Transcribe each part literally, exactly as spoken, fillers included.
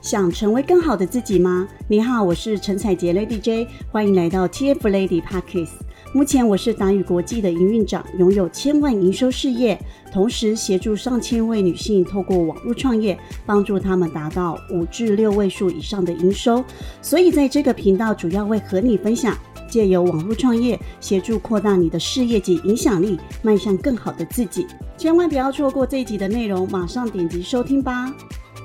想成为更好的自己吗？你好，我是陈彩杰 Lady J， 欢迎来到 T F Lady Podcast。目前我是达宇国际的营运长，拥有千万营收事业，同时协助上千位女性透过网络创业，帮助她们达到五至六位数以上的营收。所以在这个频道主要会和你分享，借由网络创业，协助扩大你的事业及影响力，迈向更好的自己。千万不要错过这一集的内容，马上点击收听吧。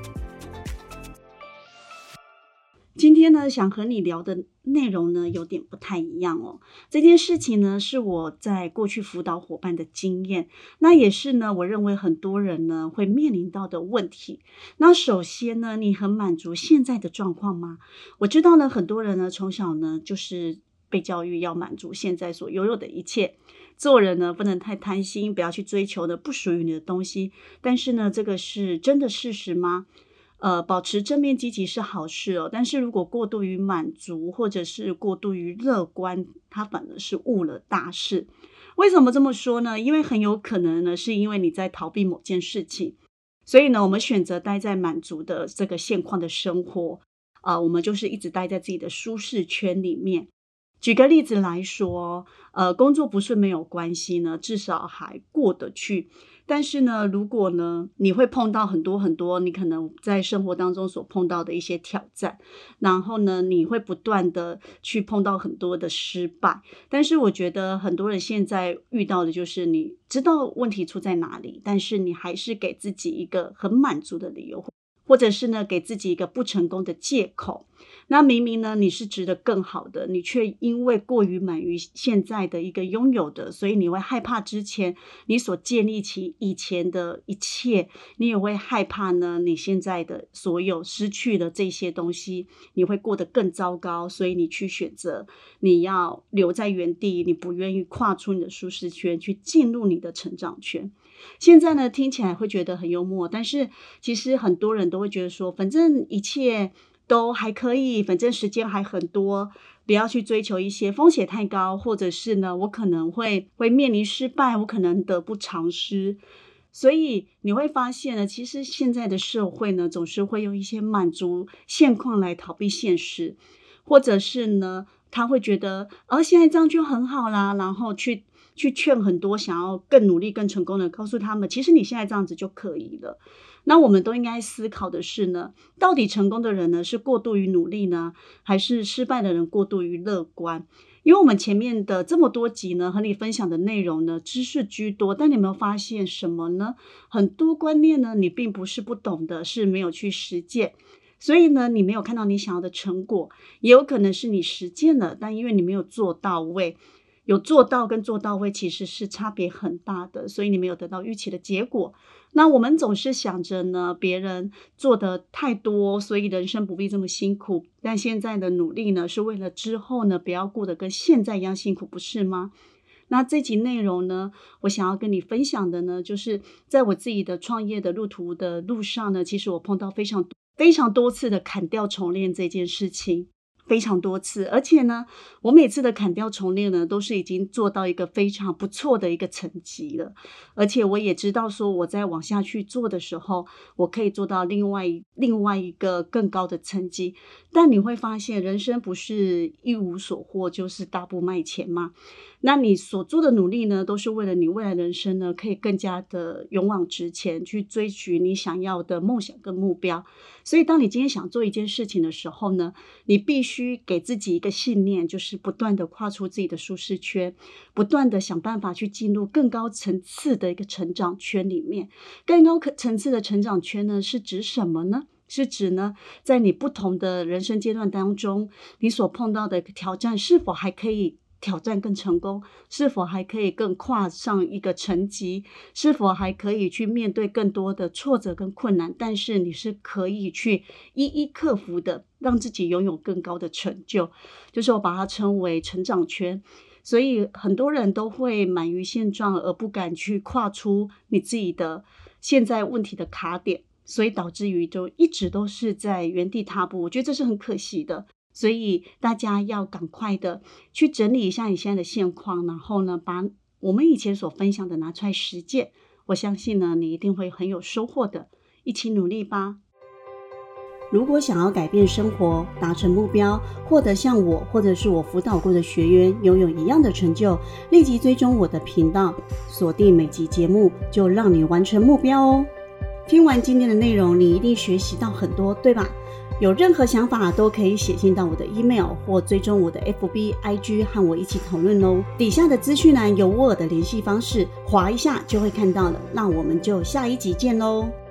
今天呢，想和你聊的内容呢，有点不太一样哦。这件事情呢，是我在过去辅导伙伴的经验，那也是呢，我认为很多人呢会面临到的问题。那首先呢，你很满足现在的状况吗？我知道呢，很多人呢，从小呢就是被教育要满足现在所拥有的一切，做人呢不能太贪心，不要去追求呢不属于你的东西。但是呢，这个是真的事实吗？呃，保持正面积极是好事哦，但是如果过度于满足或者是过度于乐观，它反而是误了大事。为什么这么说呢？因为很有可能呢，是因为你在逃避某件事情，所以呢，我们选择待在满足的这个现况的生活，呃，我们就是一直待在自己的舒适圈里面。举个例子来说，呃，工作不顺没有关系呢，至少还过得去。但是呢，如果呢，你会碰到很多很多你可能在生活当中所碰到的一些挑战，然后呢，你会不断的去碰到很多的失败。但是我觉得很多人现在遇到的就是你知道问题出在哪里，但是你还是给自己一个很满足的理由，或者是呢，给自己一个不成功的借口。那明明呢，你是值得更好的，你却因为过于满于现在的一个拥有的，所以你会害怕之前你所建立起以前的一切，你也会害怕呢，你现在的所有失去的这些东西，你会过得更糟糕，所以你去选择你要留在原地，你不愿意跨出你的舒适圈，去进入你的成长圈。现在呢，听起来会觉得很幽默，但是其实很多人都会觉得说，反正一切都还可以，反正时间还很多，不要去追求一些风险太高，或者是呢，我可能会会面临失败，我可能得不偿失。所以你会发现呢，其实现在的社会呢，总是会用一些满足现况来逃避现实，或者是呢，他会觉得，哦，现在这样就很好啦，然后去去劝很多想要更努力、更成功的，告诉他们，其实你现在这样子就可以了。那我们都应该思考的是呢，到底成功的人呢是过度于努力呢，还是失败的人过度于乐观？因为我们前面的这么多集呢，和你分享的内容呢，知识居多，但你有没有发现什么呢？很多观念呢，你并不是不懂的，是没有去实践。所以呢，你没有看到你想要的成果，也有可能是你实践了，但因为你没有做到位。有做到跟做到位其实是差别很大的，所以你没有得到预期的结果。那我们总是想着呢，别人做的太多，所以人生不必这么辛苦。但现在的努力呢，是为了之后呢，不要过得跟现在一样辛苦，不是吗？那这集内容呢，我想要跟你分享的呢，就是在我自己的创业的路途的路上呢，其实我碰到非常非常多次的砍掉重练这件事情。非常多次，而且呢，我每次的砍掉重练呢，都是已经做到一个非常不错的一个成绩了。而且我也知道说，我在往下去做的时候，我可以做到另外另外一个更高的成绩。但你会发现，人生不是一无所获，就是大步迈前嘛。那你所做的努力呢，都是为了你未来人生呢，可以更加的勇往直前，去追寻你想要的梦想跟目标。所以，当你今天想做一件事情的时候呢，你必须给自己一个信念，就是不断的跨出自己的舒适圈，不断的想办法去进入更高层次的一个成长圈里面。更高层次的成长圈呢，是指什么呢？是指呢，在你不同的人生阶段当中，你所碰到的挑战是否还可以挑战更成功，是否还可以更跨上一个层级，是否还可以去面对更多的挫折跟困难，但是你是可以去一一克服的，让自己拥有更高的成就，就是我把它称为成长圈。所以很多人都会满于现状，而不敢去跨出你自己的现在问题的卡点，所以导致于就一直都是在原地踏步，我觉得这是很可惜的。所以大家要赶快的去整理一下你现在的现况，然后呢，把我们以前所分享的拿出来实践，我相信呢，你一定会很有收获的，一起努力吧。 如果想要改变生活，达成目标，获得像我或者是我辅导过的学员拥有一样的成就，立即追踪我的频道，锁定每集节目，就让你完成目标哦。听完今天的内容，你一定学习到很多，对吧？有任何想法都可以写信到我的 email 或追踪我的 F B、I G 和我一起讨论哦。底下的资讯栏有我的联系方式，滑一下就会看到了。那我们就下一集见喽。